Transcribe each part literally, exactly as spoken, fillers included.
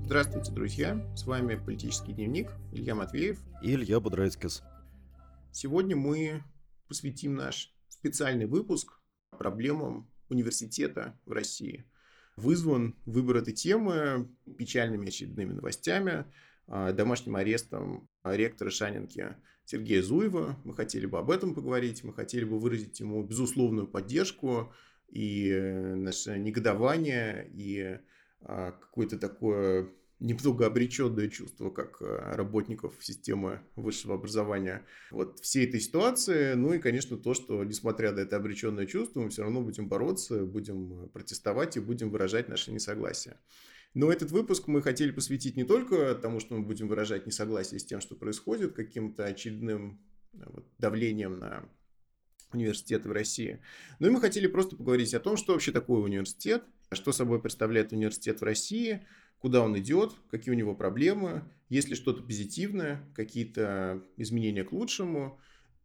Здравствуйте, друзья! С вами «Политический дневник», Илья Матвеев. И Илья Будрайцкис. Сегодня мы посвятим наш специальный выпуск проблемам университета в России. Вызван выбор этой темы печальными очередными новостями, домашним арестом ректора Шанинки Сергея Зуева. Мы хотели бы об этом поговорить, мы хотели бы выразить ему безусловную поддержку и наше негодование, и какое-то такое немного обреченное чувство, как работников системы высшего образования вот всей этой ситуации. Ну и, конечно, то, что, несмотря на это обреченное чувство, мы все равно будем бороться, будем протестовать и будем выражать наше несогласие. Но этот выпуск мы хотели посвятить не только тому, что мы будем выражать несогласие с тем, что происходит, каким-то очередным вот, давлением на университеты в России. Но и мы хотели просто поговорить о том, что вообще такое университет, что собой представляет университет в России, куда он идет, какие у него проблемы, есть ли что-то позитивное, какие-то изменения к лучшему.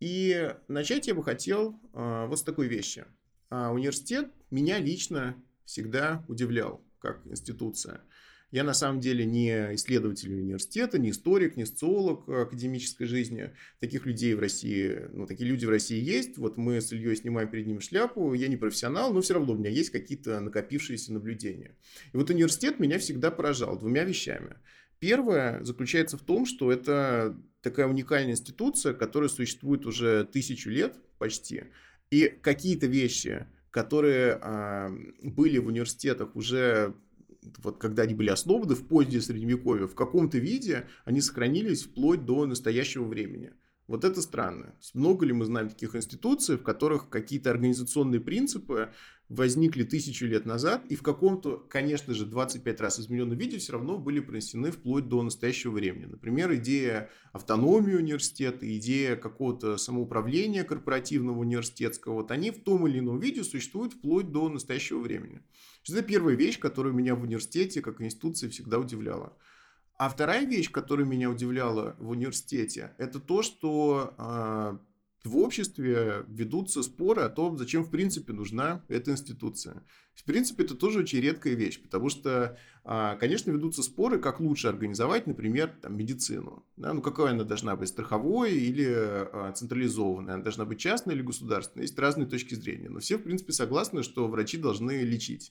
И начать я бы хотел а, вот с такой вещи. А, университет меня лично всегда удивлял как институция. Я на самом деле не исследователь университета, не историк, не социолог академической жизни. Таких людей в России, ну, такие люди в России есть. Вот мы с Ильей снимаем перед ним шляпу. Я не профессионал, но все равно у меня есть какие-то накопившиеся наблюдения. И вот университет меня всегда поражал двумя вещами. Первое заключается в том, что это такая уникальная институция, которая существует уже тысячу лет почти. И какие-то вещи, которые а, были в университетах уже... Вот когда они были основаны в позднее Средневековье, в каком-то виде они сохранились вплоть до настоящего времени. Вот это странно. Много ли мы знаем таких институций, в которых какие-то организационные принципы возникли тысячу лет назад и в каком-то, конечно же, двадцать пять раз измененном виде все равно были пронесены вплоть до настоящего времени. Например, идея автономии университета, идея какого-то самоуправления корпоративного университетского, вот они в том или ином виде существуют вплоть до настоящего времени. Это первая вещь, которая меня в университете как институции всегда удивляла. А вторая вещь, которая меня удивляла в университете, это то, что э, в обществе ведутся споры о том, зачем в принципе нужна эта институция. В принципе, это тоже очень редкая вещь, потому что, э, конечно, ведутся споры, как лучше организовать, например, там, медицину. Да? Ну, какая она должна быть, страховой или э, централизованной, она должна быть частной или государственной. Есть разные точки зрения, но все, в принципе, согласны, что врачи должны лечить.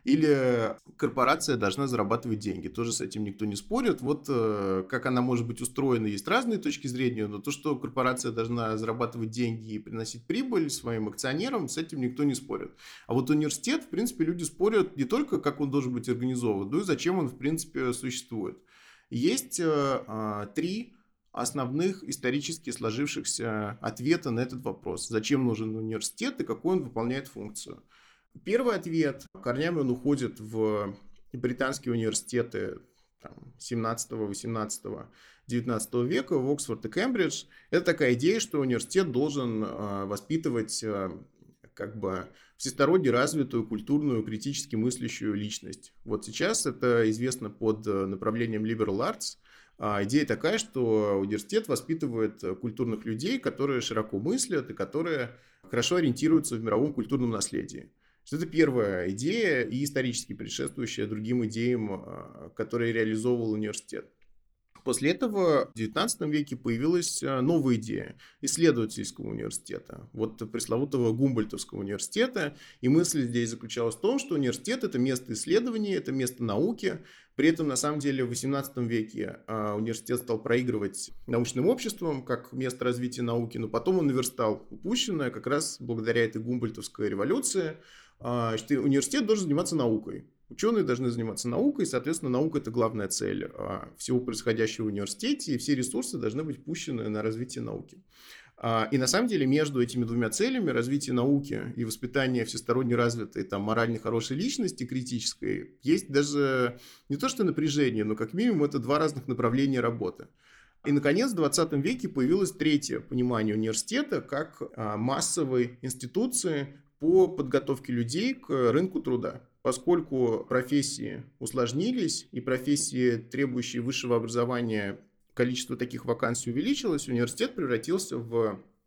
Или корпорация должна зарабатывать деньги. Тоже с этим никто не спорит. Вот э, как она может быть устроена, есть разные точки зрения, но то, что корпорация должна зарабатывать деньги и приносить прибыль своим акционерам, с этим никто не спорит. А вот университет, в принципе, люди спорят не только, как он должен быть организован, но и зачем он, в принципе, существует. Есть э, э, три основных исторически сложившихся ответа на этот вопрос. Зачем нужен университет и какую он выполняет функцию. Первый ответ. Корнями он уходит в британские университеты там, семнадцатого, восемнадцатого, девятнадцатого века, в Оксфорд и Кембридж. Это такая идея, что университет должен э, воспитывать э, как бы всесторонне развитую, культурную, критически мыслящую личность. Вот сейчас это известно под направлением liberal arts. А идея такая, что университет воспитывает культурных людей, которые широко мыслят и которые хорошо ориентируются в мировом культурном наследии. Это первая идея и исторически предшествующая другим идеям, которые реализовывал университет. После этого в девятнадцатом веке появилась новая идея исследовательского университета, вот пресловутого Гумбольдтовского университета. И мысль здесь заключалась в том, что университет – это место исследований, это место науки. При этом, на самом деле, в восемнадцатом веке университет стал проигрывать научным обществам как место развития науки, но потом он наверстал упущенное как раз благодаря этой Гумбольдтовской революции, что университет должен заниматься наукой. Ученые должны заниматься наукой, и, соответственно, наука – это главная цель всего происходящего в университете, и все ресурсы должны быть пущены на развитие науки. И на самом деле между этими двумя целями, развитие науки и воспитание всесторонне развитой, там, морально хорошей личности, критической, есть даже не то что напряжение, но как минимум это два разных направления работы. И, наконец, в двадцатом веке появилось третье понимание университета как массовой институции по подготовке людей к рынку труда. Поскольку профессии усложнились и профессии, требующие высшего образования, количество таких вакансий увеличилось, университет превратился в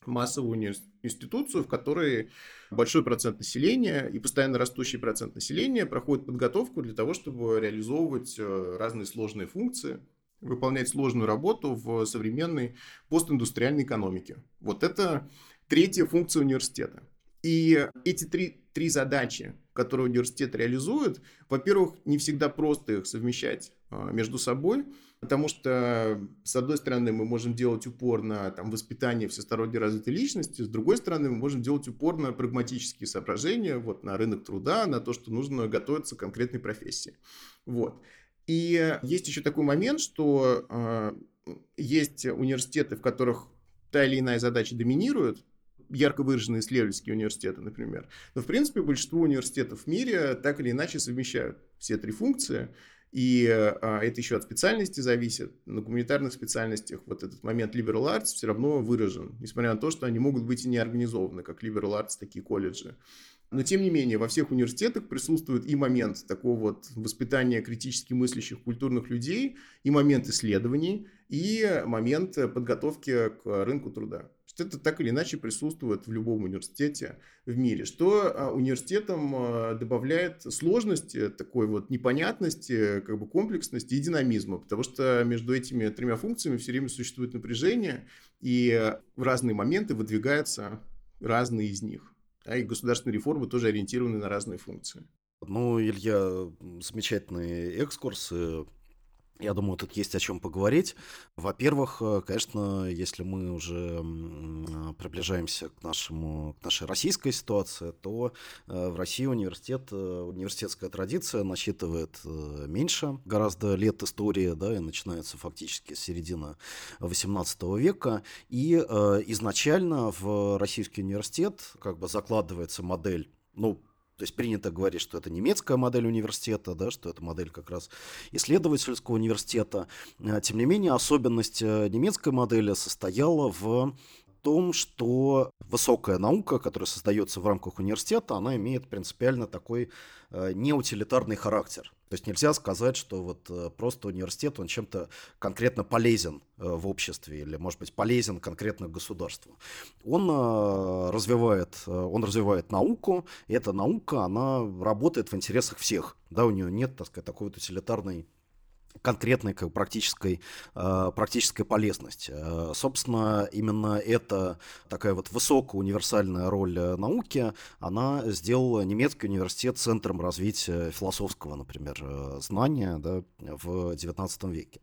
массовую универс- институцию, в которой большой процент населения и постоянно растущий процент населения проходит подготовку для того, чтобы реализовывать э, разные сложные функции, выполнять сложную работу в современной постиндустриальной экономике. Вот это третья функция университета. И эти три, три задачи, которые университет реализует, во-первых, не всегда просто их совмещать а, между собой, потому что, с одной стороны, мы можем делать упор на там, воспитание всесторонне развитой личности, с другой стороны, мы можем делать упор на прагматические соображения, вот, на рынок труда, на то, что нужно готовиться к конкретной профессии. Вот. И есть еще такой момент, что э, есть университеты, в которых та или иная задача доминирует, ярко выраженные исследовательские университеты, например. Но, в принципе, большинство университетов в мире так или иначе совмещают все три функции. И а, это еще от специальности зависит. На гуманитарных специальностях вот этот момент liberal arts все равно выражен, несмотря на то, что они могут быть и не организованы, как liberal arts, такие колледжи. Но, тем не менее, во всех университетах присутствует и момент такого вот воспитания критически мыслящих культурных людей, и момент исследований, и момент подготовки к рынку труда. Это так или иначе присутствует в любом университете в мире, что университетам добавляет сложности, такой вот непонятности, как бы комплексности и динамизма, потому что между этими тремя функциями все время существует напряжение, и в разные моменты выдвигаются разные из них. А и государственные реформы тоже ориентированы на разные функции. Ну, Илья, замечательный экскурс. Я думаю, тут есть о чем поговорить. Во-первых, конечно, если мы уже приближаемся к нашему, к нашей российской ситуации, то в России университет, университетская традиция насчитывает меньше гораздо лет истории, да, и начинается фактически с середины восемнадцатого века. И изначально в российский университет как бы закладывается модель, ну, то есть принято говорить, что это немецкая модель университета, да, что это модель как раз исследовательского университета. Тем не менее, особенность немецкой модели состояла в том, что высокая наука, которая создается в рамках университета, она имеет принципиально такой э, неутилитарный характер. То есть нельзя сказать, что вот э, просто университет, он чем-то конкретно полезен э, в обществе или, может быть, полезен конкретно государству. Он э, развивает, э, он развивает науку, и эта наука, она работает в интересах всех. Да, у нее нет, так сказать, такой вот утилитарной конкретной как, практической, э, практической полезности. Э, собственно, именно эта такая вот высокая универсальная роль э, науки, она сделала немецкий университет центром развития философского, например, э, знания, да, в девятнадцатом веке.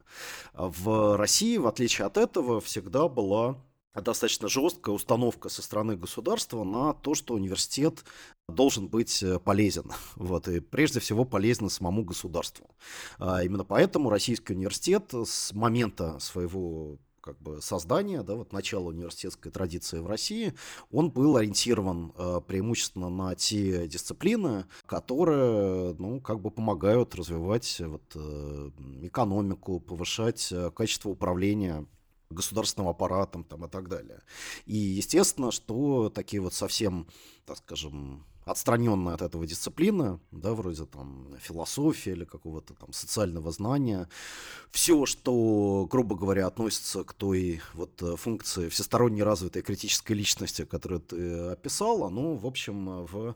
В России, в отличие от этого, всегда была достаточно жесткая установка со стороны государства на то, что университет должен быть полезен. Вот, и прежде всего полезен самому государству. А именно поэтому Российский университет с момента своего как бы создания, да, вот начала университетской традиции в России, он был ориентирован э, преимущественно на те дисциплины, которые, ну, как бы помогают развивать вот, э, экономику, повышать э, качество управления государственным аппаратом там, и так далее. И естественно, что такие вот совсем, так скажем, отстраненные от этого дисциплины, да, вроде там философии или какого-то там социального знания, все, что, грубо говоря, относится к той вот функции всесторонне развитой критической личности, которую ты описал, оно, в общем, в,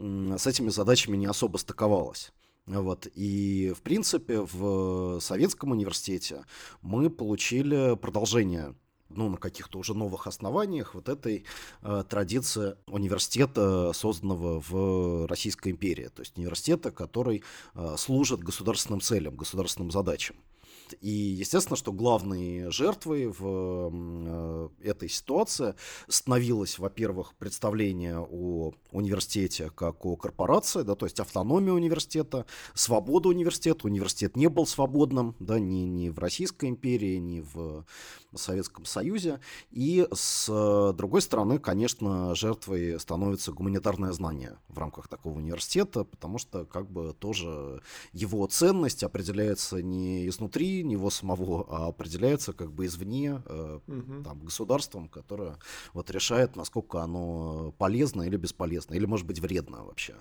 с этими задачами не особо стыковалось. Вот. И, в принципе, в Советском университете мы получили продолжение, ну, на каких-то уже новых основаниях вот этой э, традиции университета, созданного в Российской империи. То есть университета, который э, служит государственным целям, государственным задачам. И естественно, что главной жертвой в э, этой ситуации становилось, во-первых, представление о университете как о корпорации, да, то есть автономия университета, свобода университета. Университет не был свободным, да, ни, ни в Российской империи, ни в Советском Союзе. И с другой стороны, конечно, жертвой становится гуманитарное знание в рамках такого университета, потому что как бы тоже его ценность определяется не изнутри него самого, а определяется как бы извне, э, Угу. там, государством, которое вот решает, насколько оно полезно или бесполезно, или может быть вредно вообще.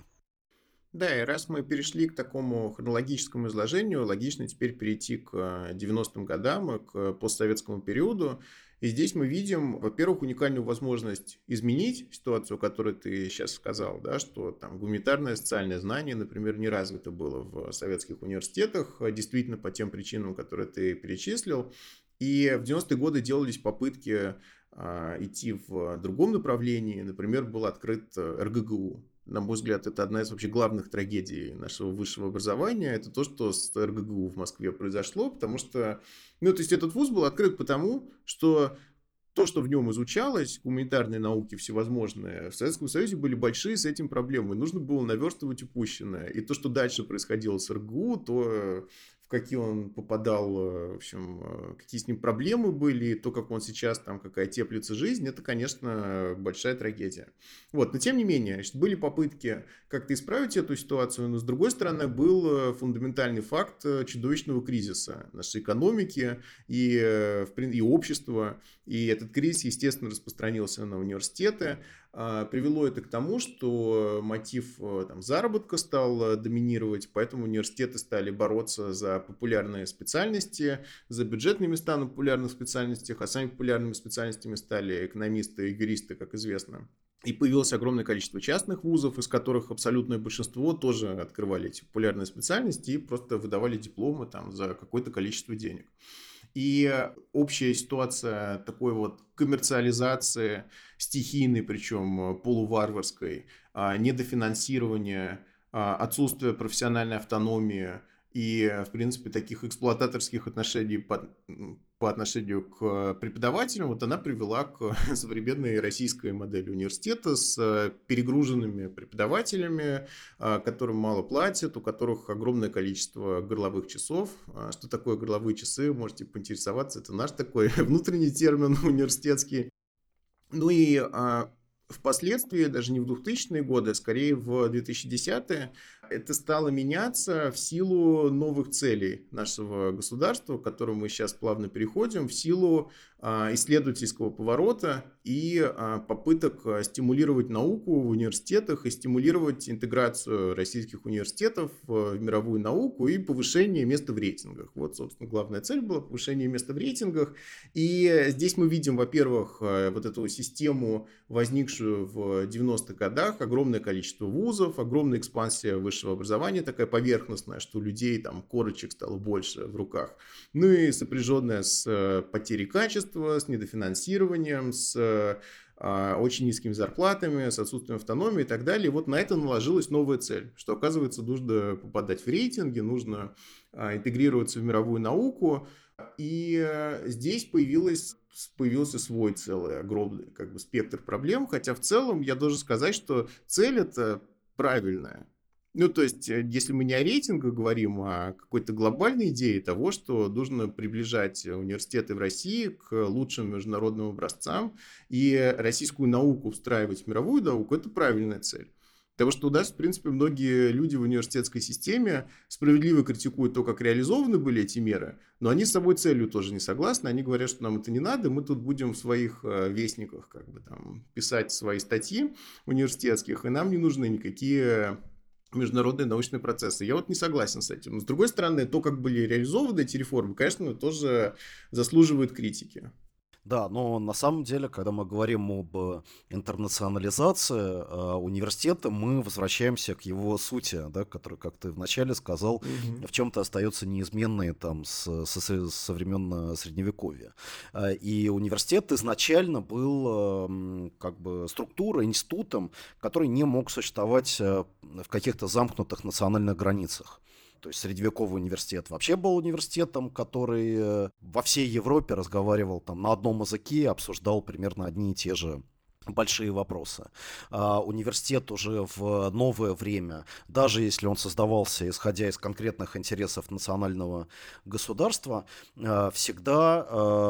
Да, и раз мы перешли к такому хронологическому изложению, логично теперь перейти к девяностым годам, и к постсоветскому периоду. И здесь мы видим, во-первых, уникальную возможность изменить ситуацию, о которой ты сейчас сказал, да, что там гуманитарное социальное знание, например, не развито было в советских университетах, действительно по тем причинам, которые ты перечислил. И в девяностые годы делались попытки а, идти в другом направлении. Например, был открыт эр гэ гэ у. На мой взгляд, это одна из вообще главных трагедий нашего высшего образования. Это то, что с эр гэ гэ у в Москве произошло, потому что, ну, то есть этот вуз был открыт потому, что то, что в нем изучалось, гуманитарные науки всевозможные, в Советском Союзе были большие с этим проблемы. Нужно было наверстывать упущенное. И то, что дальше происходило с эр гэ гэ у, то в какие он попадал, в общем, какие с ним проблемы были, то, как он сейчас, там, какая теплится жизнь, это, конечно, большая трагедия. Вот. Но, тем не менее, значит, были попытки как-то исправить эту ситуацию, но, с другой стороны, был фундаментальный факт чудовищного кризиса нашей экономики и, и общества. И этот кризис, естественно, распространился на университеты. Привело это к тому, что мотив там, заработка стал доминировать, поэтому университеты стали бороться за популярные специальности, за бюджетные места на популярных специальностях, а самыми популярными специальностями стали экономисты и юристы, как известно. И появилось огромное количество частных вузов, из которых абсолютное большинство тоже открывали эти популярные специальности и просто выдавали дипломы там, за какое-то количество денег. И общая ситуация такой вот коммерциализации, стихийной, причем полуварварской, недофинансирования, отсутствия профессиональной автономии и, в принципе, таких эксплуататорских отношений по, по отношению к преподавателям, вот она привела к современной российской модели университета с перегруженными преподавателями, которым мало платят, у которых огромное количество горловых часов. Что такое горловые часы, можете поинтересоваться, это наш такой внутренний термин университетский. Ну и впоследствии, даже не в двухтысячные годы, а скорее в две тысячи десятые, это стало меняться в силу новых целей нашего государства, к которым мы сейчас плавно переходим, в силу а, исследовательского поворота и а, попыток стимулировать науку в университетах и стимулировать интеграцию российских университетов в мировую науку и повышение места в рейтингах. Вот, собственно, главная цель была повышение места в рейтингах. И здесь мы видим, во-первых, вот эту систему, возникшую в девяностых годах, огромное количество вузов, огромная экспансия высшего образования, такая поверхностная, что у людей там корочек стало больше в руках. Ну и сопряженная с потерей качества, с недофинансированием, с очень низкими зарплатами, с отсутствием автономии и так далее. И вот на это наложилась новая цель, что, оказывается, нужно попадать в рейтинги, нужно интегрироваться в мировую науку. И здесь появилась, появился свой целый огромный как бы, спектр проблем, хотя в целом я должен сказать, что цель эта правильная. Ну, то есть, если мы не о рейтингах говорим, а о какой-то глобальной идее того, что нужно приближать университеты в России к лучшим международным образцам и российскую науку встраивать в мировую науку, это правильная цель. Потому что у нас, в принципе, многие люди в университетской системе справедливо критикуют то, как реализованы были эти меры, но они с собой целью тоже не согласны. Они говорят, что нам это не надо, мы тут будем в своих вестниках как бы, там, писать свои статьи университетских, и нам не нужны никакие международные научные процессы. Я вот не согласен с этим. Но, с другой стороны, то, как были реализованы эти реформы, конечно, тоже заслуживает критики. Да, но на самом деле, когда мы говорим об интернационализации э, университета, мы возвращаемся к его сути, да, который, как ты вначале сказал, угу. в чем-то остается неизменной там, с, со, со времен Средневековья. И университет изначально был э, как бы структурой, институтом, который не мог существовать в каких-то замкнутых национальных границах. То есть средневековый университет вообще был университетом, который во всей Европе разговаривал там, на одном языке, обсуждал примерно одни и те же большие вопросы. А, университет уже в новое время, даже если он создавался исходя из конкретных интересов национального государства, а, всегда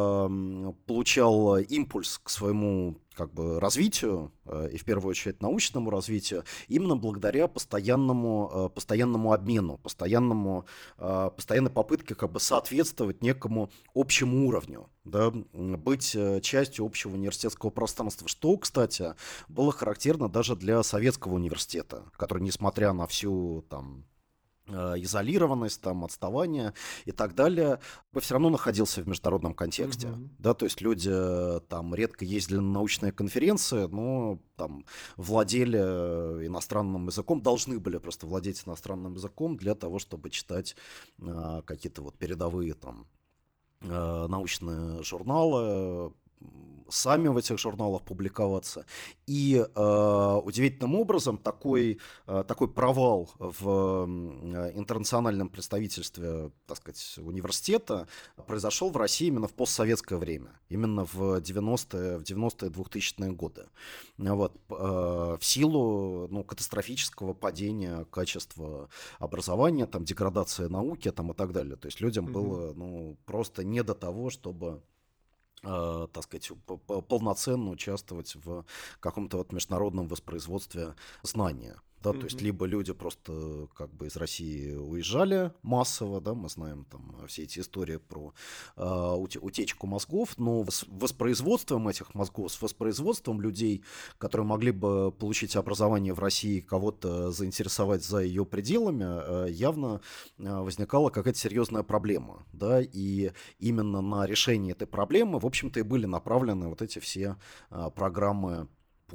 а, получал импульс к своему как бы развитию, и в первую очередь научному развитию, именно благодаря постоянному, постоянному обмену, постоянному, постоянной попытке как бы соответствовать некому общему уровню, да, быть частью общего университетского пространства, что, кстати, было характерно даже для советского университета, который, несмотря на всю там э, изолированность, там, отставание и так далее, бы все равно находился в международном контексте. Мгм. Да, то есть люди э, там редко ездили на научные конференции, но там владели э, иностранным языком, должны были просто владеть иностранным языком для того, чтобы читать э, какие-то вот передовые там э, научные журналы, м, сами в этих журналах публиковаться. И э, удивительным образом такой, э, такой провал в м, э, интернациональном представительстве, так сказать, университета произошел в России именно в постсоветское время, именно в девяностые, в девяностые двухтысячные годы. Вот, э, в силу ну, катастрофического падения качества образования, там, деградация науки там, и так далее. То есть людям Мгм. было ну, просто не до того, чтобы э, так сказать, п- п- полноценно участвовать в каком-то вот международном воспроизводстве знания. Да, то есть Мгм. либо люди просто как бы из России уезжали массово, да, мы знаем там все эти истории про э, уте- утечку мозгов, но с воспроизводством этих мозгов, с воспроизводством людей, которые могли бы получить образование в России, кого-то заинтересовать за ее пределами, э, явно э, возникала какая-то серьезная проблема, да, и именно на решение этой проблемы, в общем-то, и были направлены вот эти все а, программы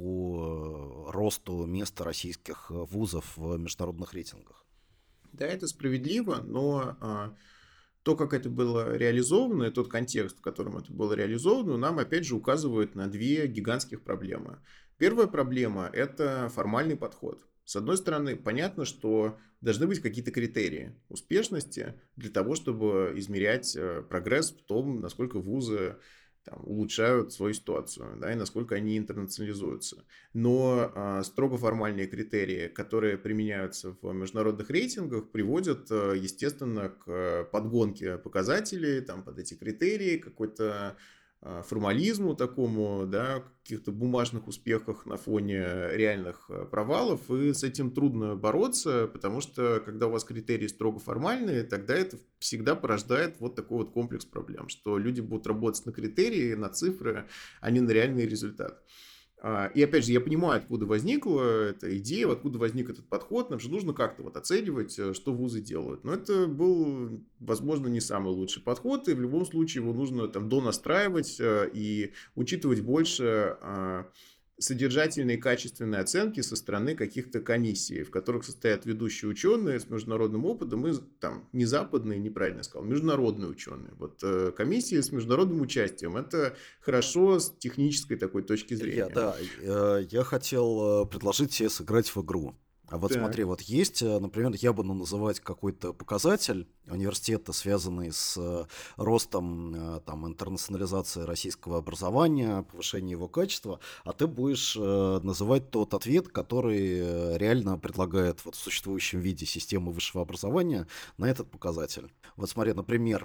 по э, росту места российских э, вузов в международных рейтингах. Да, это справедливо, но а, то, как это было реализовано, и тот контекст, в котором это было реализовано, нам опять же указывает на две гигантских проблемы. Первая проблема – это формальный подход. С одной стороны, понятно, что должны быть какие-то критерии успешности для того, чтобы измерять э, прогресс в том, насколько вузы там, улучшают свою ситуацию, да, и насколько они интернационализуются. Но а, строго формальные критерии, которые применяются в международных рейтингах, приводят, э, естественно, к э, подгонке показателей там, под эти критерии, какой-то а, формализму такому, да, каких-то бумажных успехах на фоне реальных э, провалов, и с этим трудно бороться, потому что когда у вас критерии строго формальные, тогда это всегда порождает вот такой вот комплекс проблем, что люди будут работать на критерии, на цифры, а не на реальный результат. А, И опять же, я понимаю, откуда возникла эта идея, откуда возник этот подход. Нам же нужно как-то вот оценивать, э, что вузы делают. Но это был, возможно, не самый лучший подход, и в любом случае его нужно там донастраивать э, и учитывать больше а, содержательные и качественные оценки со стороны каких-то комиссий, в которых состоят ведущие ученые с международным опытом, и там не западные, неправильно сказал, международные ученые. Вот э, комиссии с международным участием – это хорошо с технической такой точки Илья, зрения. да, э, я хотел э, предложить тебе сыграть в игру. А вот Так. смотри, вот есть, э, например, я буду называть какой-то показатель университета, связанный с э, ростом э, там, интернационализации российского образования, повышения его качества, а ты будешь э, называть тот ответ, который э, реально предлагает вот в существующем виде системы высшего образования на этот показатель. Вот смотри, например,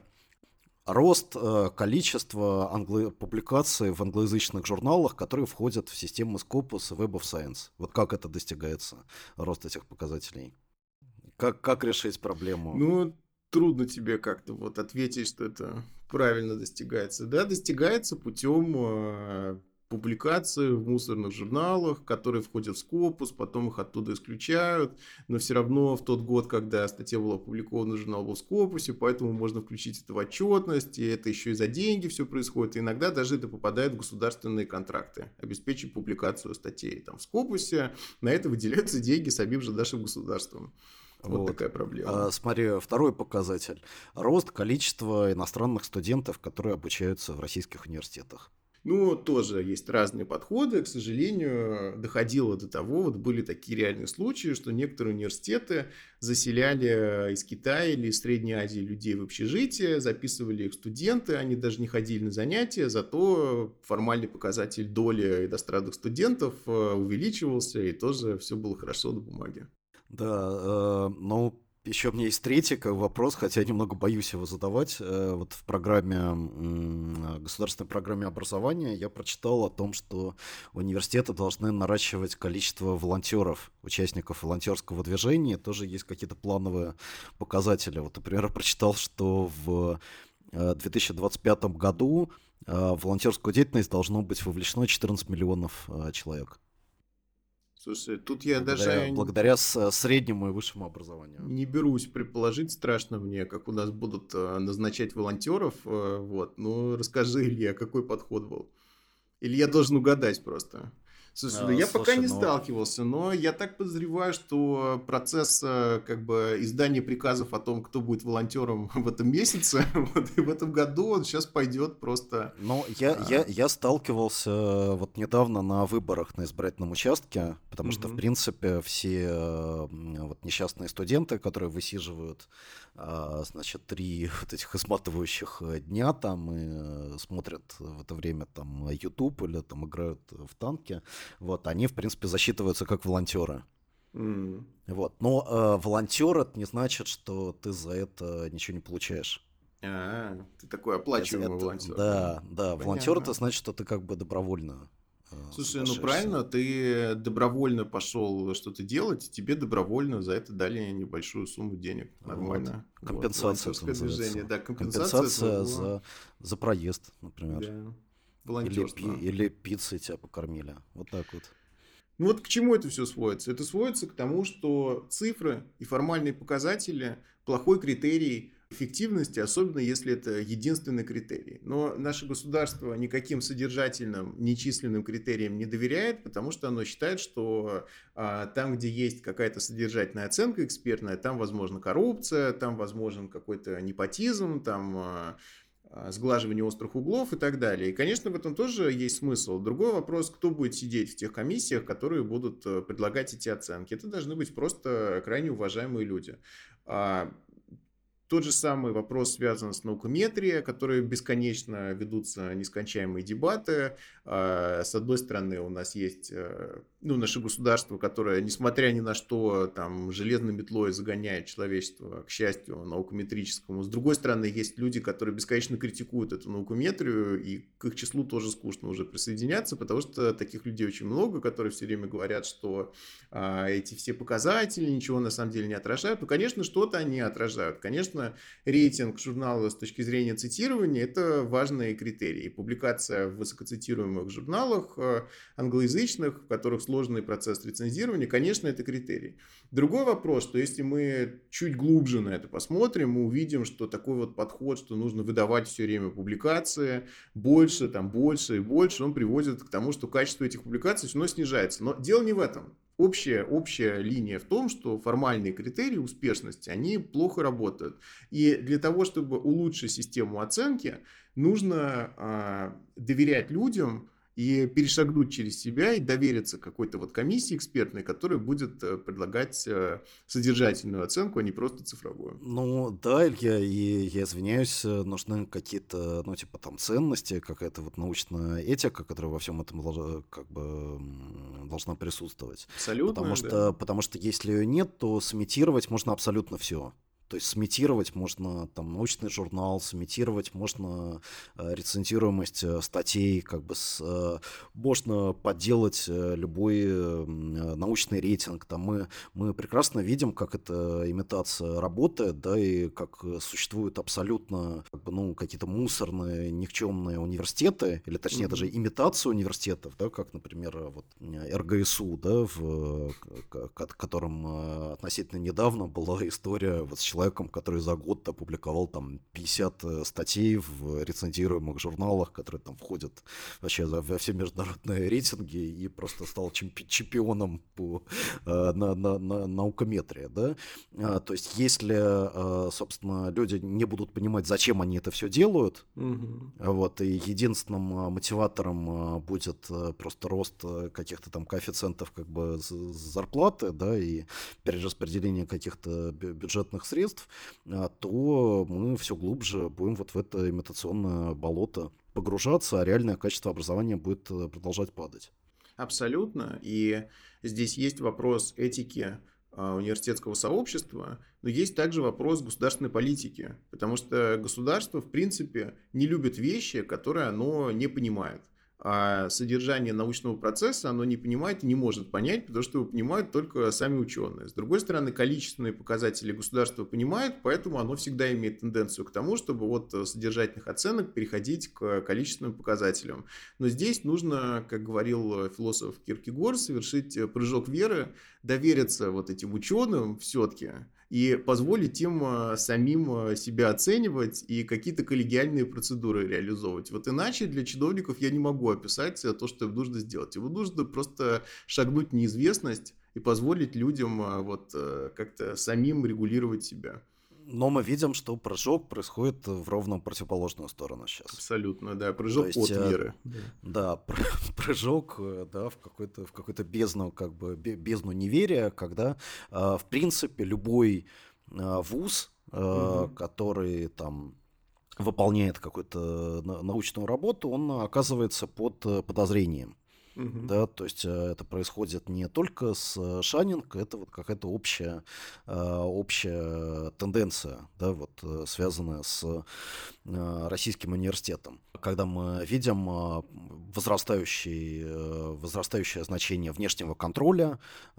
рост э, количества англо- публикаций в англоязычных журналах, которые входят в систему Scopus и Web of Science. Вот как это достигается, рост этих показателей? Как, как решить проблему? Ну, трудно тебе как-то вот ответить, что это правильно достигается. Да, достигается путем э, публикации в мусорных журналах, которые входят в Скопус, потом их оттуда исключают, но все равно в тот год, когда статья была опубликована, журнал был в Скопусе, поэтому можно включить это в отчетность, и это еще и за деньги все происходит, и иногда даже это попадает в государственные контракты, обеспечить публикацию статей там в Скопусе, на это выделяются деньги самим же нашим государством. Вот Вот. такая проблема. А, смотри, второй показатель. Рост количества иностранных студентов, которые обучаются в российских университетах. Ну, тоже есть разные подходы. К сожалению, доходило до того, вот были такие реальные случаи, что некоторые университеты заселяли из Китая или из Средней Азии людей в общежитие, записывали их студенты, они даже не ходили на занятия, зато формальный показатель доли иностранных студентов э, увеличивался, и тоже все было хорошо на бумаге. Да, э, но еще у меня есть третий как бы вопрос, хотя я немного боюсь его задавать. Э, Вот в программе, м, государственной программе образования я прочитал о том, что университеты должны наращивать количество волонтеров, участников волонтерского движения. Тоже есть какие-то плановые показатели. Вот, например, я прочитал, что в э, две тысячи двадцать пятом году э, в волонтерскую деятельность должно быть вовлечено четырнадцать миллионов э, человек. Слушай, тут я Благодаря, даже благодаря с- среднему и высшему образованию. не берусь предположить, страшно мне, как у нас будут э, назначать волонтеров. э, Вот. Ну, расскажи, Илья, какой подход был? Или я должен угадать просто? Слушай, да А, я пока слушай, не ну, сталкивался, но я так подозреваю, что процесс э, как бы издания приказов о том, кто будет волонтером в этом месяце, вот, и в этом году он сейчас пойдет просто... ну я, я, а, я сталкивался э, вот недавно на выборах на избирательном участке, потому что, в мгм. принципе, все э, м, вот несчастные студенты, которые высиживают, а, значит, три вот этих изматывающих э, дня там и э, смотрят в это время там YouTube или там играют в танки, вот, они, в принципе, засчитываются как волонтеры. М. Вот. Но э, волонтер это не значит, что ты за это ничего не получаешь. А, ты такой Это, оплачиваемый это- волонтер, да? да, да, волонтер это Понятно. значит, что ты как бы добровольно э, Слушай, ну соглашаешься. правильно, ты добровольно пошел что-то делать, и тебе добровольно за это дали небольшую сумму денег. Вот. Нормально. Вот, Компенсация это волонтерское движение, называется. да, компенсация Компенсация твоего, за, за проезд, например. да, Или, пи, волонтерства. или пиццей тебя покормили. Вот так вот. Ну вот к чему это все сводится? Это сводится к тому, что цифры и формальные показатели – плохой критерий эффективности, особенно если это единственный критерий. Но наше государство никаким содержательным, нечисленным критериям не доверяет, потому что оно считает, что а, там, где есть какая-то содержательная оценка экспертная, там возможна коррупция, там возможен какой-то непотизм, там а, а, сглаживание острых углов и так далее. И, конечно, в этом тоже есть смысл. Другой вопрос, кто будет сидеть в тех комиссиях, которые будут э, предлагать эти оценки. Это должны быть просто крайне уважаемые люди. А, Тот же самый вопрос связан с наукометрией, которые бесконечно ведутся нескончаемые дебаты. А, С одной стороны, у нас есть э, ну, наше государство, которое, несмотря ни на что, там, железной метлой загоняет человечество, к счастью, наукометрическому. С другой стороны, есть люди, которые бесконечно критикуют эту наукометрию, и к их числу тоже скучно уже присоединяться, потому что таких людей очень много, которые все время говорят, что а, эти все показатели ничего на самом деле не отражают. Ну, конечно, что-то они отражают. Конечно, рейтинг журнала с точки зрения цитирования – это важные критерии. Публикация в высокоцитируемых журналах э, англоязычных, в которых сложный процесс рецензирования, конечно, это критерий. Другой вопрос, что если мы чуть глубже на это посмотрим, мы увидим, что такой вот подход, что нужно выдавать все время публикации, больше, там, больше и больше, он приводит к тому, что качество этих публикаций все равно снижается. Но дело не в этом. Общая, общая линия в том, что формальные критерии успешности, они плохо работают. И для того, чтобы улучшить систему оценки, нужно а, доверять людям и перешагнуть через себя и довериться какой-то вот комиссии экспертной, которая будет э, предлагать э, содержательную оценку, а не просто цифровую. Ну да, Илья, и я извиняюсь, э, нужны какие-то, ну, типа там ценности, какая-то вот научная этика, которая во всем этом должна, как бы м, должна присутствовать. Потому Абсолютно, да. что, потому что если ее нет, то сымитировать можно абсолютно все. То есть сымитировать можно там научный журнал, сымитировать можно э, рецензируемость э, статей, как бы с, э, можно подделать э, любой э, м, э, научный рейтинг. Там мы, мы прекрасно видим, как эта имитация работает, да, и как э, существуют абсолютно как бы, ну, какие-то мусорные, никчемные университеты, или точнее даже Мгм. имитацию университетов, да, как, например, э, вот э, эр гэ эс у, да, в э, к- к- котором э, относительно недавно была история вот с человеком, который за год опубликовал там пятьдесят э, статей в рецензируемых журналах, которые там входят вообще за- во все международные рейтинги, и просто стал чемпи- чемпионом по э, на, на, на наукометрии, да. А, то есть если, э, собственно, люди не будут понимать, зачем они это все делают, Мгм. вот, и единственным а, мотиватором а, будет а, просто рост а, каких-то там коэффициентов как бы з- зарплаты, да, и перераспределение каких-то бю- бюджетных средств, а, то мы все глубже будем вот в это имитационное болото погружаться, а реальное качество образования будет э, продолжать падать. Абсолютно. И здесь есть вопрос этики а, университетского сообщества, но есть также вопрос государственной политики, потому что государство, в принципе, не любит вещи, которые оно не понимает. а содержание научного процесса оно не понимает и не может понять, потому что его понимают только сами ученые. С другой стороны, количественные показатели государство понимает, поэтому оно всегда имеет тенденцию к тому, чтобы от содержательных оценок переходить к количественным показателям. Но здесь нужно, как говорил философ Киркегор, совершить прыжок веры, довериться вот этим ученым все-таки и позволить им самим себя оценивать и какие-то коллегиальные процедуры реализовывать. Вот иначе для чиновников я не могу описать то, что им нужно сделать. Им нужно просто шагнуть в неизвестность и позволить людям вот как-то самим регулировать себя. Но мы видим, что прыжок происходит в ровно противоположную сторону сейчас. Абсолютно, да, прыжок есть, от веры. Да, прыжок, да, в какой-то в какую-то бездну, как бы бездну неверия, когда, в принципе, любой вуз, угу. который там выполняет какую-то научную работу, он оказывается под подозрением. Uh-huh. Да, то есть это происходит не только с Шанинг, это вот какая-то общая, общая тенденция, да, вот, связанная с Российским университетом. Когда мы видим возрастающее, возрастающее значение внешнего контроля,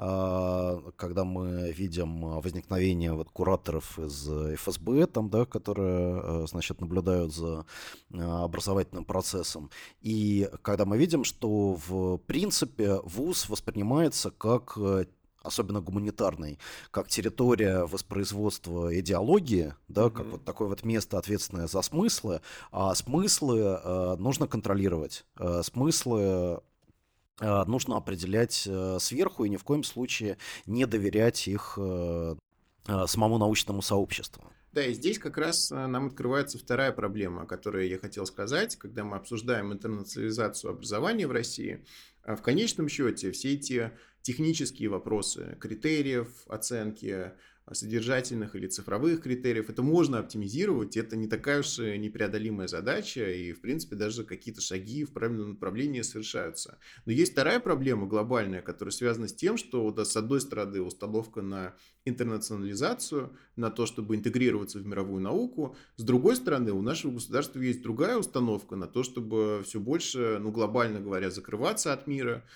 когда мы видим возникновение вот кураторов из эф эс бэ, там, да, которые, значит, наблюдают за образовательным процессом, и когда мы видим, что в принципе вуз воспринимается как, особенно гуманитарный, как территория воспроизводства идеологии, да, mm-hmm. как вот такое вот место, ответственное за смыслы, а смыслы э, нужно контролировать, э, смыслы э, нужно определять э, сверху и ни в коем случае не доверять их э, э, самому научному сообществу. Да, и здесь как раз нам открывается вторая проблема, о которой я хотел сказать, когда мы обсуждаем интернационализацию образования в России. В конечном счете все эти технические вопросы, критериев оценки, содержательных или цифровых критериев, это можно оптимизировать, это не такая уж непреодолимая задача, и, в принципе, даже какие-то шаги в правильном направлении совершаются. Но есть вторая проблема глобальная, которая связана с тем, что, да, с одной стороны, установка на интернационализацию, на то, чтобы интегрироваться в мировую науку, с другой стороны, у нашего государства есть другая установка на то, чтобы все больше, ну, глобально говоря, закрываться от мира,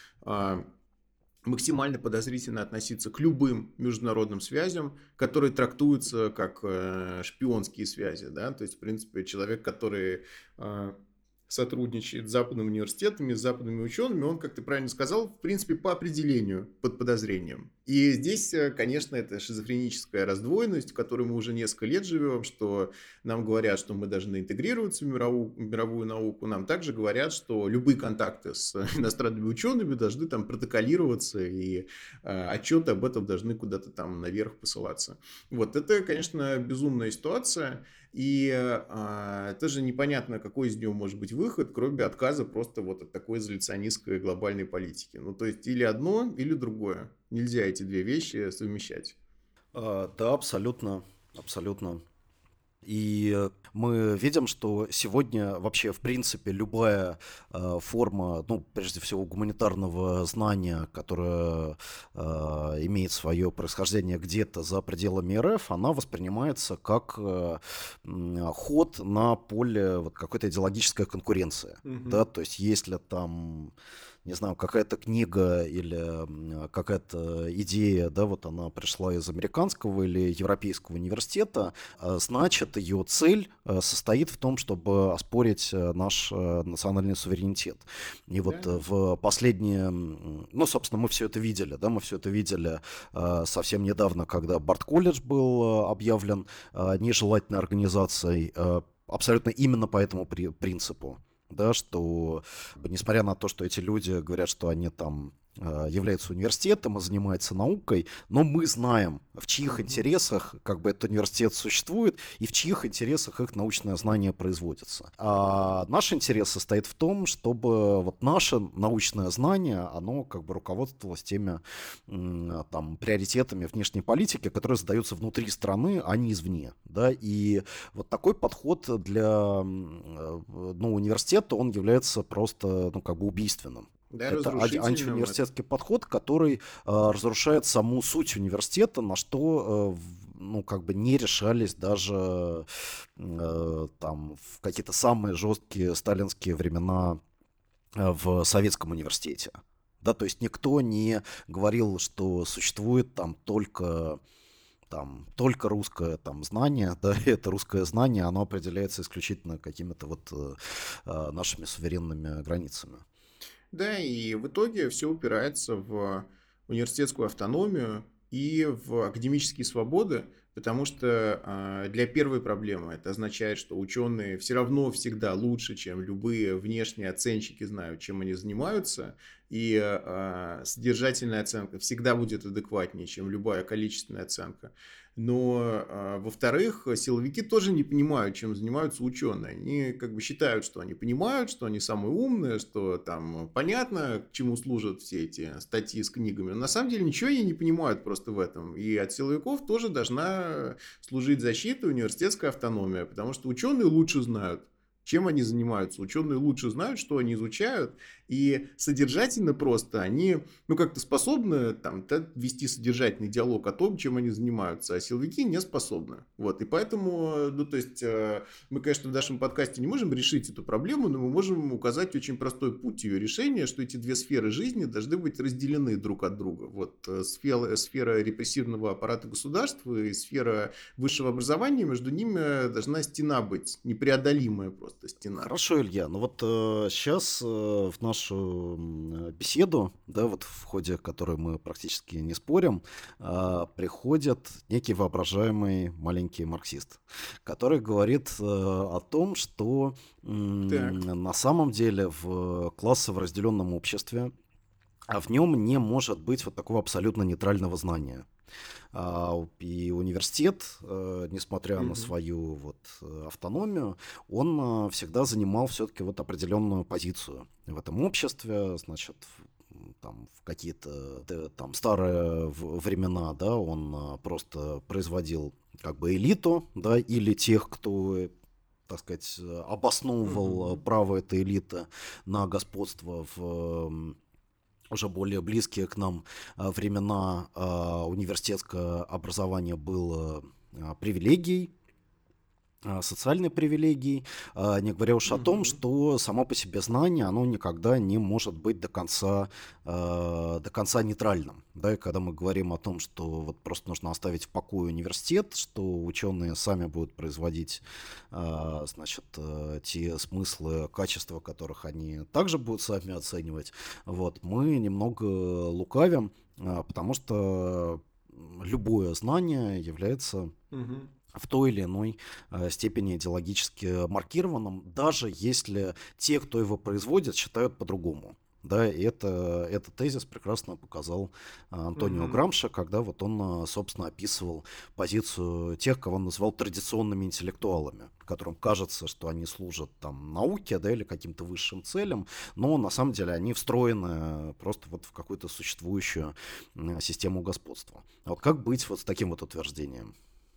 максимально подозрительно относиться к любым международным связям, которые трактуются как э, шпионские связи. Да? То есть, в принципе, человек, который э, сотрудничает с западными университетами, с западными учеными, он, как ты правильно сказал, в принципе, по определению под подозрением. И здесь, конечно, это шизофреническая раздвоенность, в которой мы уже несколько лет живем, что нам говорят, что мы должны интегрироваться в мировую, в мировую науку, нам также говорят, что любые контакты с иностранными учеными должны там протоколироваться, и э, отчеты об этом должны куда-то там наверх посылаться. Вот, это, конечно, безумная ситуация, и э, тоже непонятно, какой из нее может быть выход, кроме отказа просто вот от такой изоляционистской глобальной политики. Ну, то есть, или одно, или другое. Нельзя эти две вещи совмещать. А, да, абсолютно, абсолютно. И мы видим, что сегодня вообще, в принципе, любая э, форма, ну, прежде всего, гуманитарного знания, которое э, имеет свое происхождение где-то за пределами эр эф, она воспринимается как э, ход на поле вот, какой-то идеологической конкуренции. Mm-hmm. Да? То есть, если там, не знаю, какая-то книга или какая-то идея, да, вот она пришла из американского или европейского университета, значит, ее цель состоит в том, чтобы оспорить наш национальный суверенитет. И вот да. в последние, ну, собственно, мы все это видели, да, мы все это видели совсем недавно, когда Барт-колледж был объявлен нежелательной организацией, абсолютно именно по этому принципу. Да, что, несмотря на то, что эти люди говорят, что они там являются университетом и занимаются наукой, но мы знаем, в чьих интересах как бы этот университет существует и в чьих интересах их научное знание производится. А наш интерес состоит в том, чтобы вот наше научное знание, оно как бы руководствовалось теми там, приоритетами внешней политики, которые задаются внутри страны, а не извне. Да? И вот такой подход для ну, университета, он является просто ну, как бы убийственным. Да, это антиуниверситетский это. подход, который э, разрушает саму суть университета, на что э, ну, как бы не решались даже э, там, в какие-то самые жесткие сталинские времена э, в советском университете. Да, то есть никто не говорил, что существует там только, там, только русское там, знание, да, и это русское знание, оно определяется исключительно какими-то вот э, э, нашими суверенными границами. Да, и в итоге все упирается в университетскую автономию и в академические свободы, потому что а, для первой проблемы это означает, что ученые все равно всегда лучше, чем любые внешние оценщики знают, чем они занимаются, и а, содержательная оценка всегда будет адекватнее, чем любая количественная оценка. Но, а, во-вторых, силовики тоже не понимают, чем занимаются ученые. Они как бы считают, что они понимают, что они самые умные, что там понятно, к чему служат все эти статьи с книгами. Но на самом деле ничего они не понимают просто в этом. И от силовиков тоже должна служить защита, университетская автономия, потому что ученые лучше знают, чем они занимаются. Ученые лучше знают, что они изучают, и содержательно просто они, ну, как-то способны там вести содержательный диалог о том, чем они занимаются, а силовики не способны. Вот, и поэтому, ну, то есть, мы, конечно, в нашем подкасте не можем решить эту проблему, но мы можем указать очень простой путь ее решения, что эти две сферы жизни должны быть разделены друг от друга. Вот, сфера, сфера репрессивного аппарата государства и сфера высшего образования, между ними должна стена быть, непреодолимая просто стена. Хорошо, Илья, ну вот э, сейчас э, в нашу беседу, да, вот в ходе которой мы практически не спорим, э, приходит некий воображаемый маленький марксист, который говорит э, о том, что э, на самом деле в классово разделенном обществе а в нем не может быть вот такого абсолютно нейтрального знания. И университет, несмотря на свою вот автономию, он всегда занимал все-таки вот определенную позицию в этом обществе, значит, там в какие-то там старые времена, да, он просто производил как бы элиту, да, или тех, кто, так сказать, обосновывал mm-hmm. право этой элиты на господство в уже более близкие к нам времена университетское образование было привилегией, социальной привилегией, не говоря уж о том, что само по себе знание, оно никогда не может быть до конца, до конца нейтральным. Да, и когда мы говорим о том, что вот просто нужно оставить в покое университет, что ученые сами будут производить, значит, те смыслы, качества которых они также будут сами оценивать, вот, мы немного лукавим, потому что любое знание является в той или иной э, степени идеологически маркированным, даже если те, кто его производит, считают по-другому. Да, и это, этот тезис прекрасно показал Антонио mm-hmm. Грамши, когда вот он, собственно, описывал позицию тех, кого он называл традиционными интеллектуалами, которым кажется, что они служат там науке, да, или каким-то высшим целям, но на самом деле они встроены просто вот в какую-то существующую систему господства. А вот как быть вот с таким вот утверждением?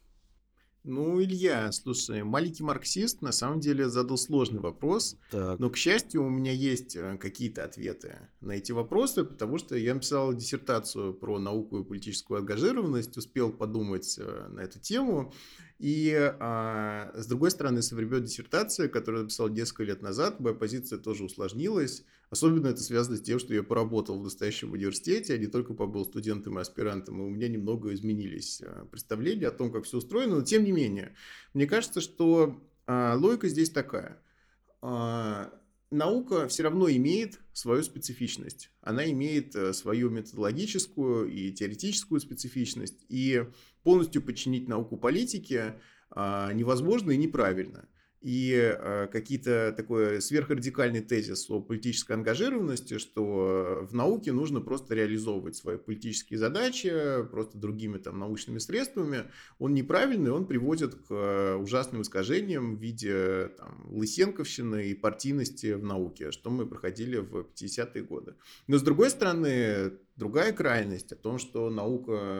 Ну, Илья, слушай, маленький марксист на самом деле задал сложный вопрос, так. Но, к счастью, у меня есть какие-то ответы на эти вопросы, потому что я написал диссертацию про науку и политическую ангажированность, успел подумать на эту тему, и, а, с другой стороны, со времен диссертации, которую я написал несколько лет назад, моя позиция тоже усложнилась. Особенно это связано с тем, что я поработал в настоящем университете, а не только побыл студентом и аспирантом, и у меня немного изменились представления о том, как все устроено. Но тем не менее, мне кажется, что а, логика здесь такая. А, наука все равно имеет свою специфичность. Она имеет свою методологическую и теоретическую специфичность. И полностью подчинить науку политике а, невозможно и неправильно. И э, какие-то такой сверхрадикальный тезис о политической ангажированности, что в науке нужно просто реализовывать свои политические задачи просто другими там научными средствами, он неправильный, он приводит к ужасным искажениям в виде там, лысенковщины и партийности в науке, что мы проходили в пятидесятые годы. Но с другой стороны, другая крайность о том, что наука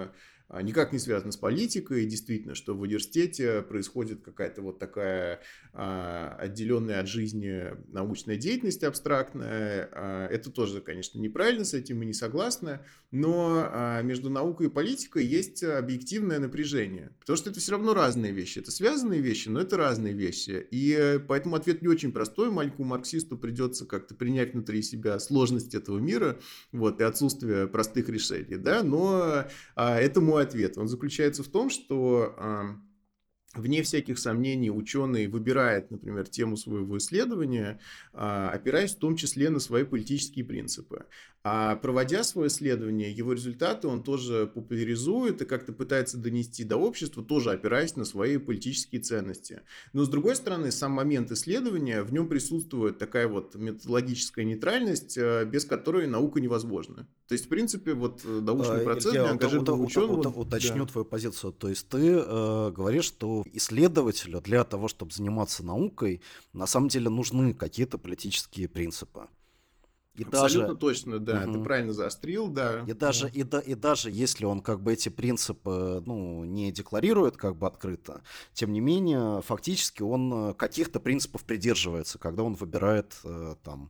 а, никак не связано с политикой. Действительно, что в университете происходит какая-то вот такая а, отделенная от жизни научная деятельность абстрактная. А, это тоже, конечно, неправильно, с этим мы не согласны. Но а, между наукой и политикой есть объективное напряжение. Потому что это все равно разные вещи. Это связанные вещи, но это разные вещи. И поэтому ответ не очень простой. Маленькому марксисту придется как-то принять внутри себя сложность этого мира, вот, и отсутствие простых решений. Да? Но а, это мой ответ. Он заключается в том, что а, вне всяких сомнений ученый выбирает, например, тему своего исследования, а, опираясь в том числе на свои политические принципы. А проводя свое исследование, его результаты он тоже популяризует и как-то пытается донести до общества, тоже опираясь на свои политические ценности. Но с другой стороны, сам момент исследования, в нем присутствует такая вот методологическая нейтральность, без которой наука невозможна. То есть, в принципе, вот научный процесс Я для ангажированного ученого... уточню да. твою позицию. То есть ты э, говоришь, что исследователю для того, чтобы заниматься наукой, на самом деле нужны какие-то политические принципы. И Абсолютно даже... точно, да, угу. Ты правильно заострил, да. И даже, да. И, да, и даже если он как бы эти принципы ну, не декларирует как бы открыто, тем не менее, фактически он каких-то принципов придерживается, когда он выбирает там,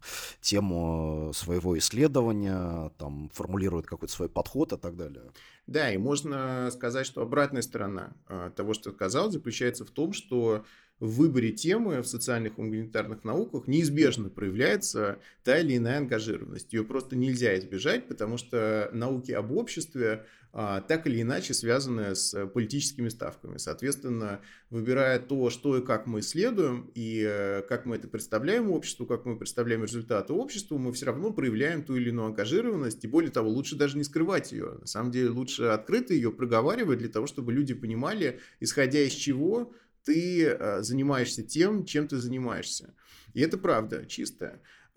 тему своего исследования, там, формулирует какой-то свой подход и так далее. Да, и можно сказать, что обратная сторона того, что ты сказал, заключается в том, что в выборе темы в социальных и гуманитарных науках неизбежно проявляется та или иная ангажированность. Ее просто нельзя избежать, потому что науки об обществе а, так или иначе связаны с политическими ставками. Соответственно, выбирая то, что и как мы исследуем, и э, как мы это представляем обществу, как мы представляем результаты обществу, мы все равно проявляем ту или иную ангажированность. И более того, лучше даже не скрывать ее. На самом деле, лучше открыто ее проговаривать для того, чтобы люди понимали, исходя из чего ты занимаешься тем, чем ты занимаешься. И это правда чистая.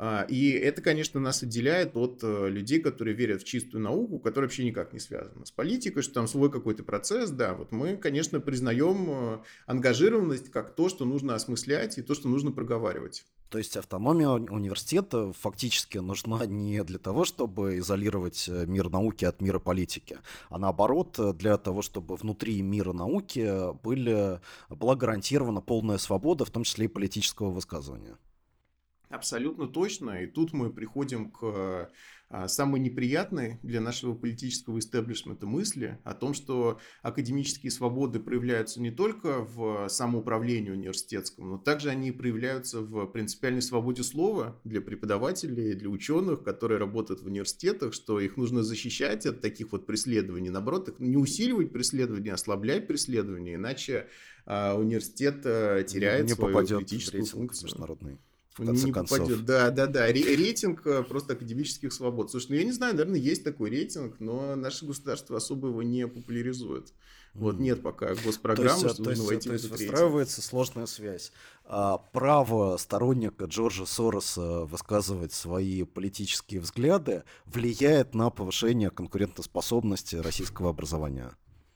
И это, конечно, нас отделяет от людей, которые верят в чистую науку, которая вообще никак не связана с политикой, что там свой какой-то процесс. Да, вот мы, конечно, признаем ангажированность как то, что нужно осмыслять и то, что нужно проговаривать. То есть автономия университета фактически нужна не для того, чтобы изолировать мир науки от мира политики, а наоборот для того, чтобы внутри мира науки были, была гарантирована полная свобода, в том числе и политического высказывания. Абсолютно точно. И тут мы приходим к самой неприятной для нашего политического истеблишмента мысли о том, что академические свободы проявляются не только в самоуправлении университетском, но также они проявляются в принципиальной свободе слова для преподавателей, для ученых, которые работают в университетах, что их нужно защищать от таких вот преследований. Наоборот, их не усиливать преследования, а ослаблять преследования, иначе университет теряет не свою попадет политическую в функцию. Международный. В конце не концов. Попадет. Да, да, да. Рейтинг просто академических свобод. Слушай, ну я не знаю, наверное, есть такой рейтинг, но наше государство особо его не популяризует. Вот нет пока госпрограммы, то есть, что то нужно есть, войти то в есть этот выстраивается рейтинг. Сложная связь. А, право сторонника Джорджа Сороса высказывать свои политические взгляды влияет на повышение конкурентоспособности российского образования.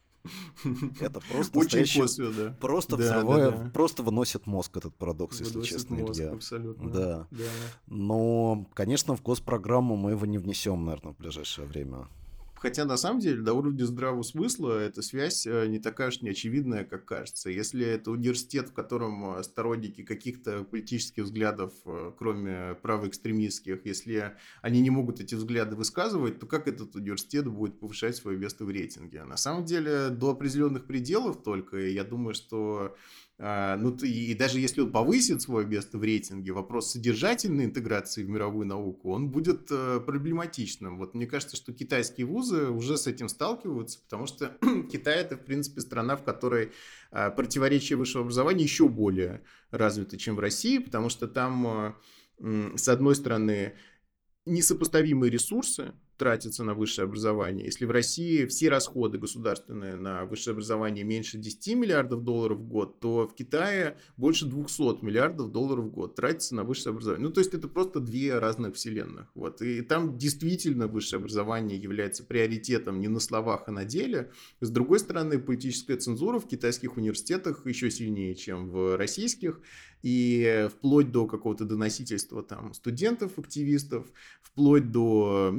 Это просто очень косвенно, да. Просто да, взрывает, да, да. просто выносит мозг этот парадокс, Выносит если честно, мозг, Илья. абсолютно. Да. да. Но, конечно, в госпрограмму мы его не внесем, наверное, в ближайшее время. Хотя, на самом деле, до уровня здравого смысла эта связь не такая уж неочевидная, как кажется. Если это университет, в котором сторонники каких-то политических взглядов, кроме правоэкстремистских, если они не могут эти взгляды высказывать, то как этот университет будет повышать свое место в рейтинге? На самом деле, до определенных пределов только. И я думаю, что... Ну, и даже если он повысит свое место в рейтинге, вопрос содержательной интеграции в мировую науку, он будет проблематичным. Вот мне кажется, что китайские вузы уже с этим сталкиваются, потому что Китай – это, в принципе, страна, в которой противоречие высшего образования еще более развито, чем в России, потому что там, с одной стороны, несопоставимые ресурсы тратятся на высшее образование. Если в России все расходы государственные на высшее образование меньше десяти миллиардов долларов в год, то в Китае больше двухсот миллиардов долларов в год тратится на высшее образование. Ну, то есть, это просто две разных вселенных. Вот. И там действительно высшее образование является приоритетом не на словах, а на деле. С другой стороны, политическая цензура в китайских университетах еще сильнее, чем в российских. И вплоть до какого-то доносительства там студентов, активистов, вплоть до, ну,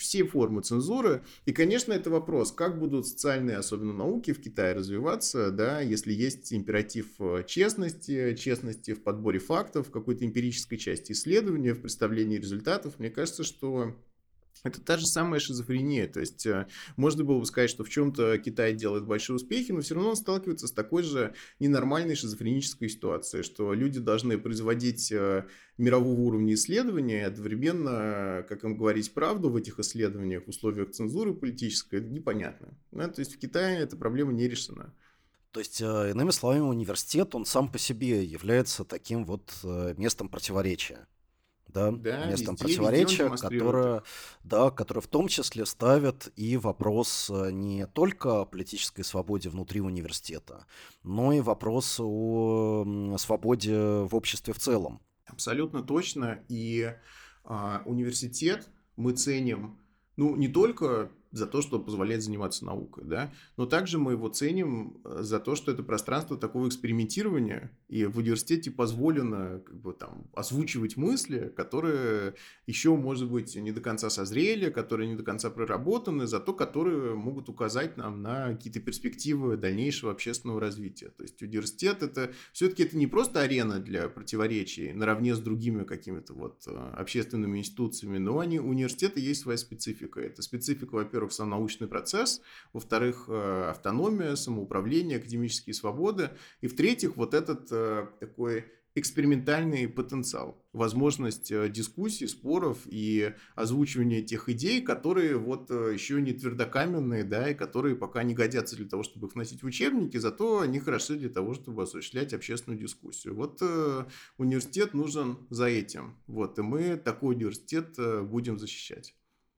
все формы цензуры. И, конечно, это вопрос, как будут социальные, особенно науки в Китае, развиваться, да, если есть императив честности, честности в подборе фактов, какой-то эмпирической части исследования, в представлении результатов. Мне кажется, что это та же самая шизофрения. То есть э, можно было бы сказать, что в чем-то Китай делает большие успехи, но все равно он сталкивается с такой же ненормальной шизофренической ситуацией, что люди должны производить э, мирового уровня исследования, и одновременно, как им говорить правду в этих исследованиях в условиях цензуры политической, это непонятно. Да? То есть в Китае эта проблема не решена. То есть, э, иными словами, университет, он сам по себе является таким вот э, местом противоречия. Да, Да, местом везде, везде он противоречия, демонстрирует которое, их. да, которое в том числе ставит и вопрос э, не только о политической свободе внутри университета, но и вопрос о м, свободе в обществе в целом. Абсолютно точно. И а, университет мы ценим, ну, не только за то, что позволяет заниматься наукой, да, но также мы его ценим э, за то, что это пространство такого экспериментирования, и в университете позволено как бы, там, озвучивать мысли, которые еще, может быть, не до конца созрели, которые не до конца проработаны, зато которые могут указать нам на какие-то перспективы дальнейшего общественного развития. То есть университет это все-таки это не просто арена для противоречий наравне с другими какими-то вот э, общественными институциями, но они, у университета есть своя специфика. Это специфика, во-первых, сам научный процесс, во-вторых, э, автономия, самоуправление, академические свободы, и в-третьих, вот этот э, такой экспериментальный потенциал, возможность э, дискуссий, споров и озвучивания тех идей, которые вот э, еще не твердокаменные, да, и которые пока не годятся для того, чтобы их носить в учебники, зато они хороши для того, чтобы осуществлять общественную дискуссию. Вот э, университет нужен за этим, вот, и мы такой университет э, будем защищать.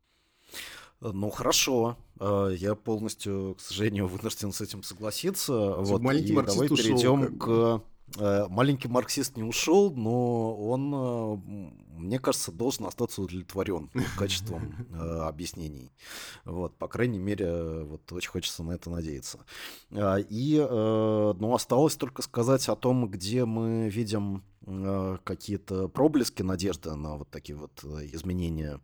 Ну хорошо, э, я полностью, к сожалению, вынужден с этим согласиться. Вот, Маленький и давай марксист ушел, перейдем как бы. к... э, Маленький марксист не ушел, но он, э, м, мне кажется, должен остаться удовлетворен качеством э, объяснений. Вот, по крайней мере, э, вот очень хочется на это надеяться. А, И, э, ну, осталось только сказать о том, где мы видим э, какие-то проблески надежды на вот такие вот э, изменения,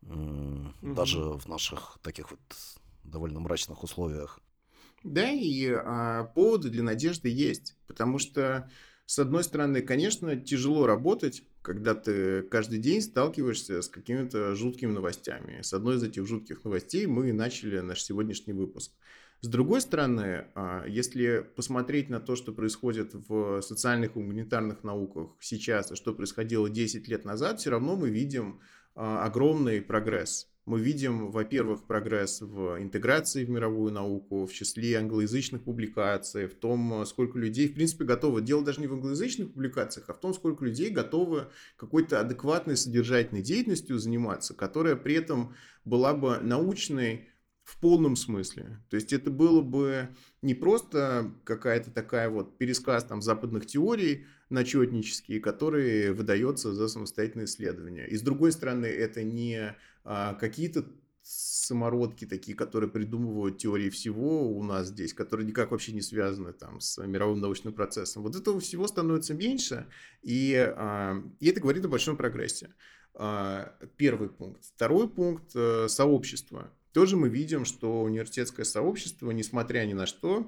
м, даже Мгм. в наших таких вот довольно мрачных условиях. Да, и а, поводы для надежды есть, потому что, с одной стороны, конечно, тяжело работать, когда ты каждый день сталкиваешься с какими-то жуткими новостями. С одной из этих жутких новостей мы и начали наш сегодняшний выпуск. С другой стороны, а, если посмотреть на то, что происходит в социальных и гуманитарных науках сейчас, и что происходило десять лет назад, все равно мы видим а, огромный прогресс. Мы видим, во-первых, прогресс в интеграции в мировую науку, в числе англоязычных публикаций, в том, сколько людей, в принципе, готовы. Дело даже не в англоязычных публикациях, а в том, сколько людей готовы какой-то адекватной содержательной деятельностью заниматься, которая при этом была бы научной в полном смысле. То есть это было бы не просто какая-то такая вот пересказ там западных теорий начетнические, которые выдается за самостоятельное исследование. И с другой стороны, это не а, какие-то самородки такие, которые придумывают теории всего у нас здесь, которые никак вообще не связаны там с мировым научным процессом. Вот этого всего становится меньше, и, а, и это говорит о большом прогрессе. А, первый пункт. Второй пункт э, – сообщество. Тоже мы видим, что университетское сообщество, несмотря ни на что,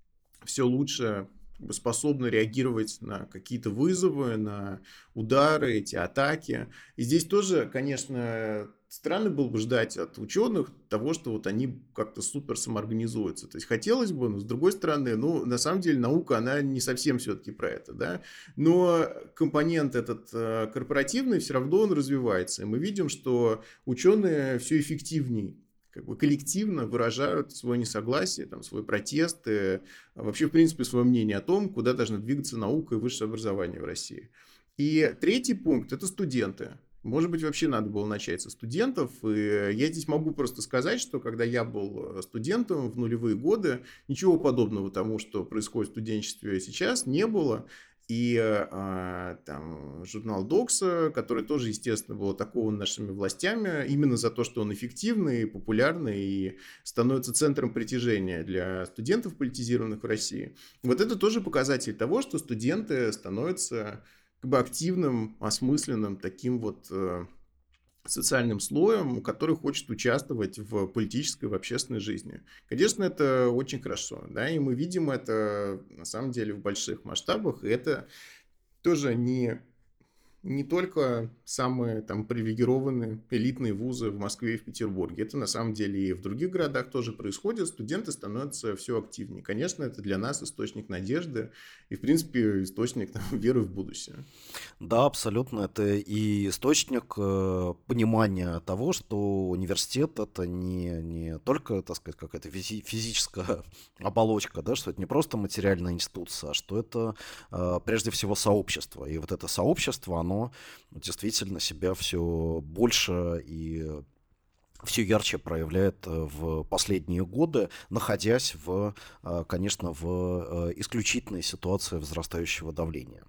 все лучше способно реагировать на какие-то вызовы, на удары, эти атаки. И здесь тоже, конечно, странно было бы ждать от ученых того, что вот они как-то супер самоорганизуются. То есть хотелось бы, но с другой стороны, ну, на самом деле наука, она не совсем все-таки про это, да. Но компонент этот э, корпоративный, все равно он развивается. И мы видим, что ученые все эффективнее как бы коллективно выражают свое несогласие, там, свой протест, и вообще, в принципе, свое мнение о том, куда должна двигаться наука и высшее образование в России. И третий пункт – это студенты. Может быть, вообще надо было начать со студентов. И я здесь могу просто сказать, что когда я был студентом в нулевые годы, ничего подобного тому, что происходит в студенчестве сейчас, не было. И а, там журнал Докса, который тоже, естественно, был атакован нашими властями именно за то, что он эффективный, популярный и становится центром притяжения для студентов, политизированных в России. Вот это тоже показатель того, что студенты становятся как бы активным, осмысленным таким вот социальным слоем, который хочет участвовать в политической, в общественной жизни. Конечно, это очень хорошо, да, и мы видим это на самом деле в больших масштабах, и это тоже не, не только самые там привилегированные элитные вузы в Москве и в Петербурге. Это на самом деле и в других городах тоже происходит. Студенты становятся все активнее. Конечно, это для нас источник надежды и, в принципе, источник там, веры в будущее. Да, абсолютно. Это и источник э, понимания того, что университет это не, не только, так сказать, какая-то физи- физическая оболочка, да, что это не просто материальная институция, а что это э, прежде всего сообщество. И вот это сообщество, оно действительно себя все больше и все ярче проявляет в последние годы, находясь в, э, конечно, в э, исключительной ситуации возрастающего давления.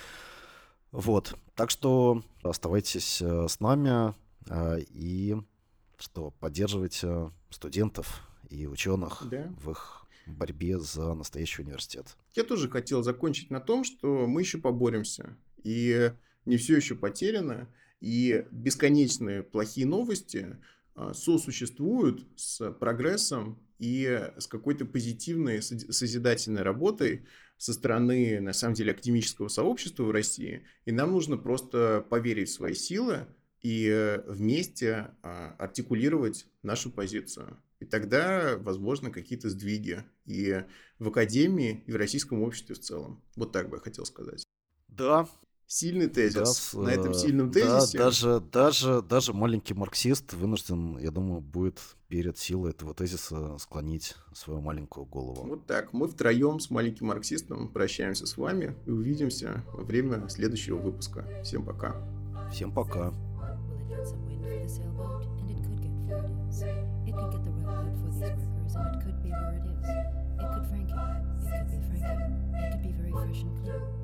Вот, так что оставайтесь э, с нами э, и что поддерживайте студентов и ученых Да. в их борьбе за настоящий университет. Я тоже хотел закончить на том, что мы еще поборемся, и не все еще потеряно, и бесконечные плохие новости а, сосуществуют с прогрессом и с какой-то позитивной сози- созидательной работой со стороны, на самом деле, академического сообщества в России. И нам нужно просто поверить в свои силы и э, вместе а, артикулировать нашу позицию. И тогда, возможно, какие-то сдвиги и в академии, и в российском обществе в целом. Вот так бы я хотел сказать. Да, Сильный да, тезис. с- На этом э, сильном да, тезисе даже, даже, даже маленький марксист вынужден, я думаю, будет перед силой этого тезиса склонить свою маленькую голову. вот так. Мы втроем с маленьким марксистом прощаемся с вами и увидимся во время следующего выпуска. Всем пока. Всем пока. Will it get some wind for the sailboat? And it could get where it is. It could get the railroad for these workers, and it could be where it is. It could Frankie. It could be Frankie. It could be very fresh and clean.